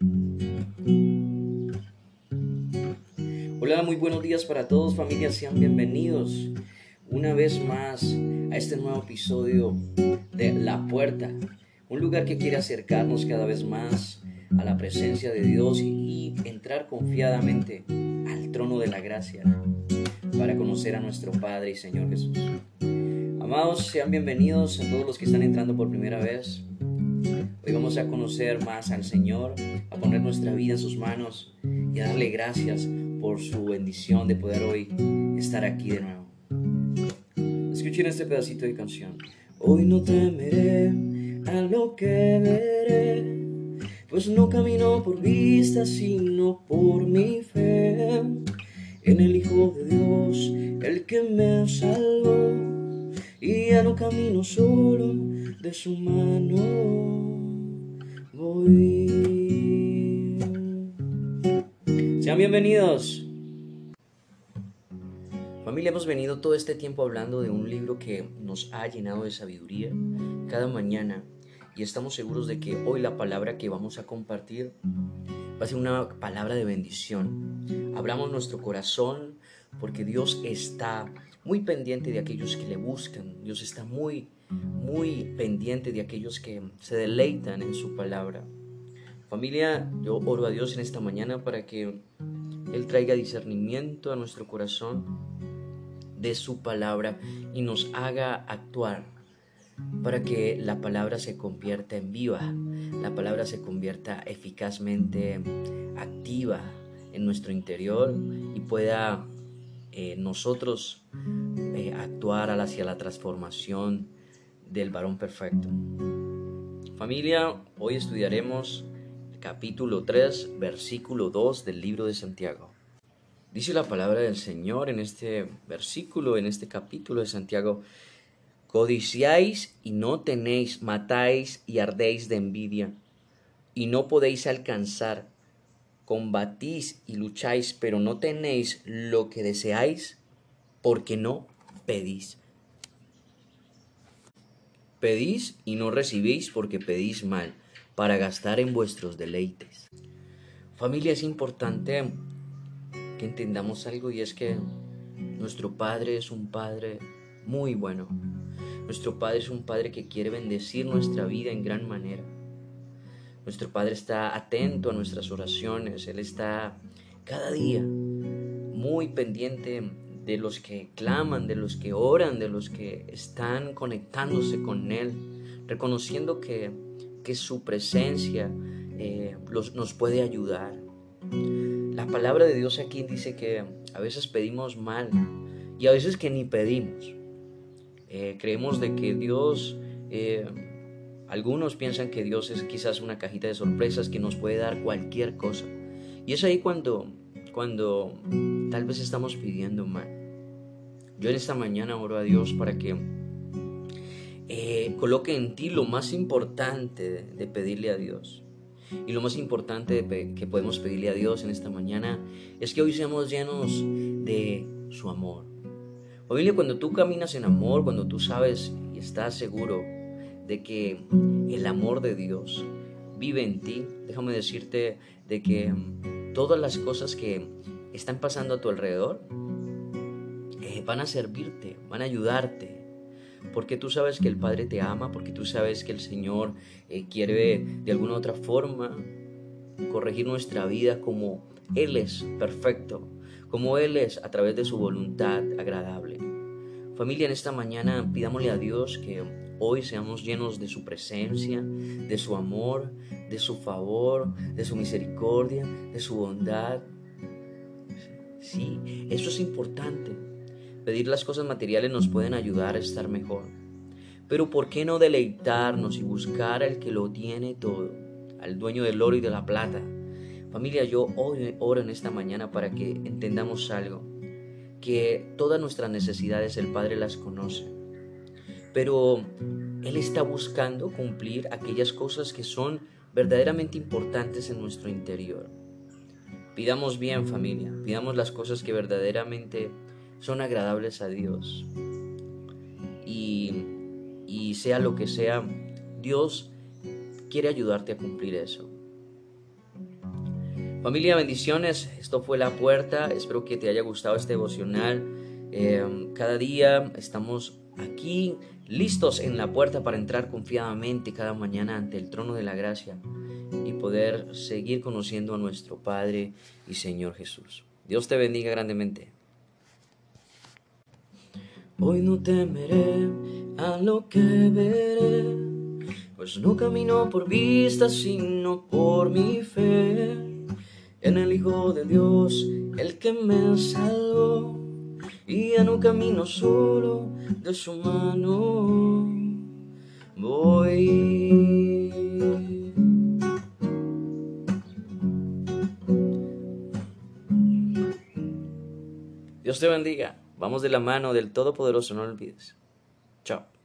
Hola, muy buenos días para todos, familia. Sean bienvenidos una vez más a este nuevo episodio de La Puerta, un lugar que quiere acercarnos cada vez más a la presencia de Dios y entrar confiadamente al trono de la gracia para conocer a nuestro Padre y Señor Jesús. Amados, sean bienvenidos a todos los que están entrando por primera vez. Hoy vamos a conocer más al Señor, a poner nuestra vida en sus manos y a darle gracias por su bendición de poder hoy estar aquí de nuevo. Escuchen este pedacito de canción. Hoy no temeré a lo que veré, pues no camino por vista, sino por mi fe en el Hijo de Dios, el que me salvó, y ya no camino solo, de su mano voy. Sean bienvenidos. Familia, hemos venido todo este tiempo hablando de un libro que nos ha llenado de sabiduría cada mañana y estamos seguros de que hoy la palabra que vamos a compartir va a ser una palabra de bendición. Abramos nuestro corazón porque Dios está muy pendiente de aquellos que le buscan. Dios está muy pendiente de aquellos que se deleitan en su palabra. Familia, yo oro a Dios en esta mañana para que Él traiga discernimiento a nuestro corazón de su palabra y nos haga actuar para que la palabra se convierta en viva, la palabra se convierta eficazmente activa en nuestro interior y pueda nosotros actuar hacia la transformación del varón perfecto. Familia, hoy estudiaremos el capítulo 3, versículo 2 del libro de Santiago. Dice la palabra del Señor en este versículo, en este capítulo de Santiago: codiciáis y no tenéis, matáis y ardéis de envidia, y no podéis alcanzar, combatís y lucháis, pero no tenéis lo que deseáis, porque no pedís. Pedís y no recibís, porque pedís mal, para gastar en vuestros deleites. Familia, es importante que entendamos algo, y es que nuestro Padre es un Padre muy bueno. Nuestro Padre es un Padre que quiere bendecir nuestra vida en gran manera. Nuestro Padre está atento a nuestras oraciones. Él está cada día muy pendiente de los que claman, de los que oran, de los que están conectándose con Él, reconociendo que su presencia nos puede ayudar. La palabra de Dios aquí dice que a veces pedimos mal y a veces que ni pedimos. Creemos de que Dios, algunos piensan que Dios es quizás una cajita de sorpresas que nos puede dar cualquier cosa. Y es ahí cuando tal vez estamos pidiendo mal. Yo en esta mañana oro a Dios para que coloque en ti lo más importante de pedirle a Dios. Y lo más importante que podemos pedirle a Dios en esta mañana es que hoy seamos llenos de su amor. Familia, cuando tú caminas en amor, cuando tú sabes y estás seguro de que el amor de Dios vive en ti, déjame decirte de que todas las cosas que están pasando a tu alrededor van a servirte, van a ayudarte, porque tú sabes que el Padre te ama, porque tú sabes que el Señor quiere de alguna u otra forma corregir nuestra vida como Él es perfecto, como Él es a través de su voluntad agradable. Familia, en esta mañana pidámosle a Dios que hoy seamos llenos de su presencia, de su amor, de su favor, de su misericordia, de su bondad. Sí, eso es importante. Pedir las cosas materiales nos pueden ayudar a estar mejor. Pero ¿por qué no deleitarnos y buscar al que lo tiene todo, al dueño del oro y de la plata? Familia, yo hoy oro en esta mañana para que entendamos algo, que todas nuestras necesidades el Padre las conoce, pero Él está buscando cumplir aquellas cosas que son verdaderamente importantes en nuestro interior. Pidamos bien, familia, pidamos las cosas que verdaderamente son agradables a Dios. Y sea lo que sea, Dios quiere ayudarte a cumplir eso. Familia, bendiciones. Esto fue La Puerta. Espero que te haya gustado este devocional. Cada día estamos aquí listos en la puerta para entrar confiadamente cada mañana ante el trono de la gracia y poder seguir conociendo a nuestro Padre y Señor Jesús. Dios te bendiga grandemente. Hoy no temeré a lo que veré, pues no camino por vista, sino por mi fe en el Hijo de Dios, el que me salvó, y ya no camino solo, de su mano voy. Dios te bendiga. Vamos de la mano del Todopoderoso, no lo olvides. Chao.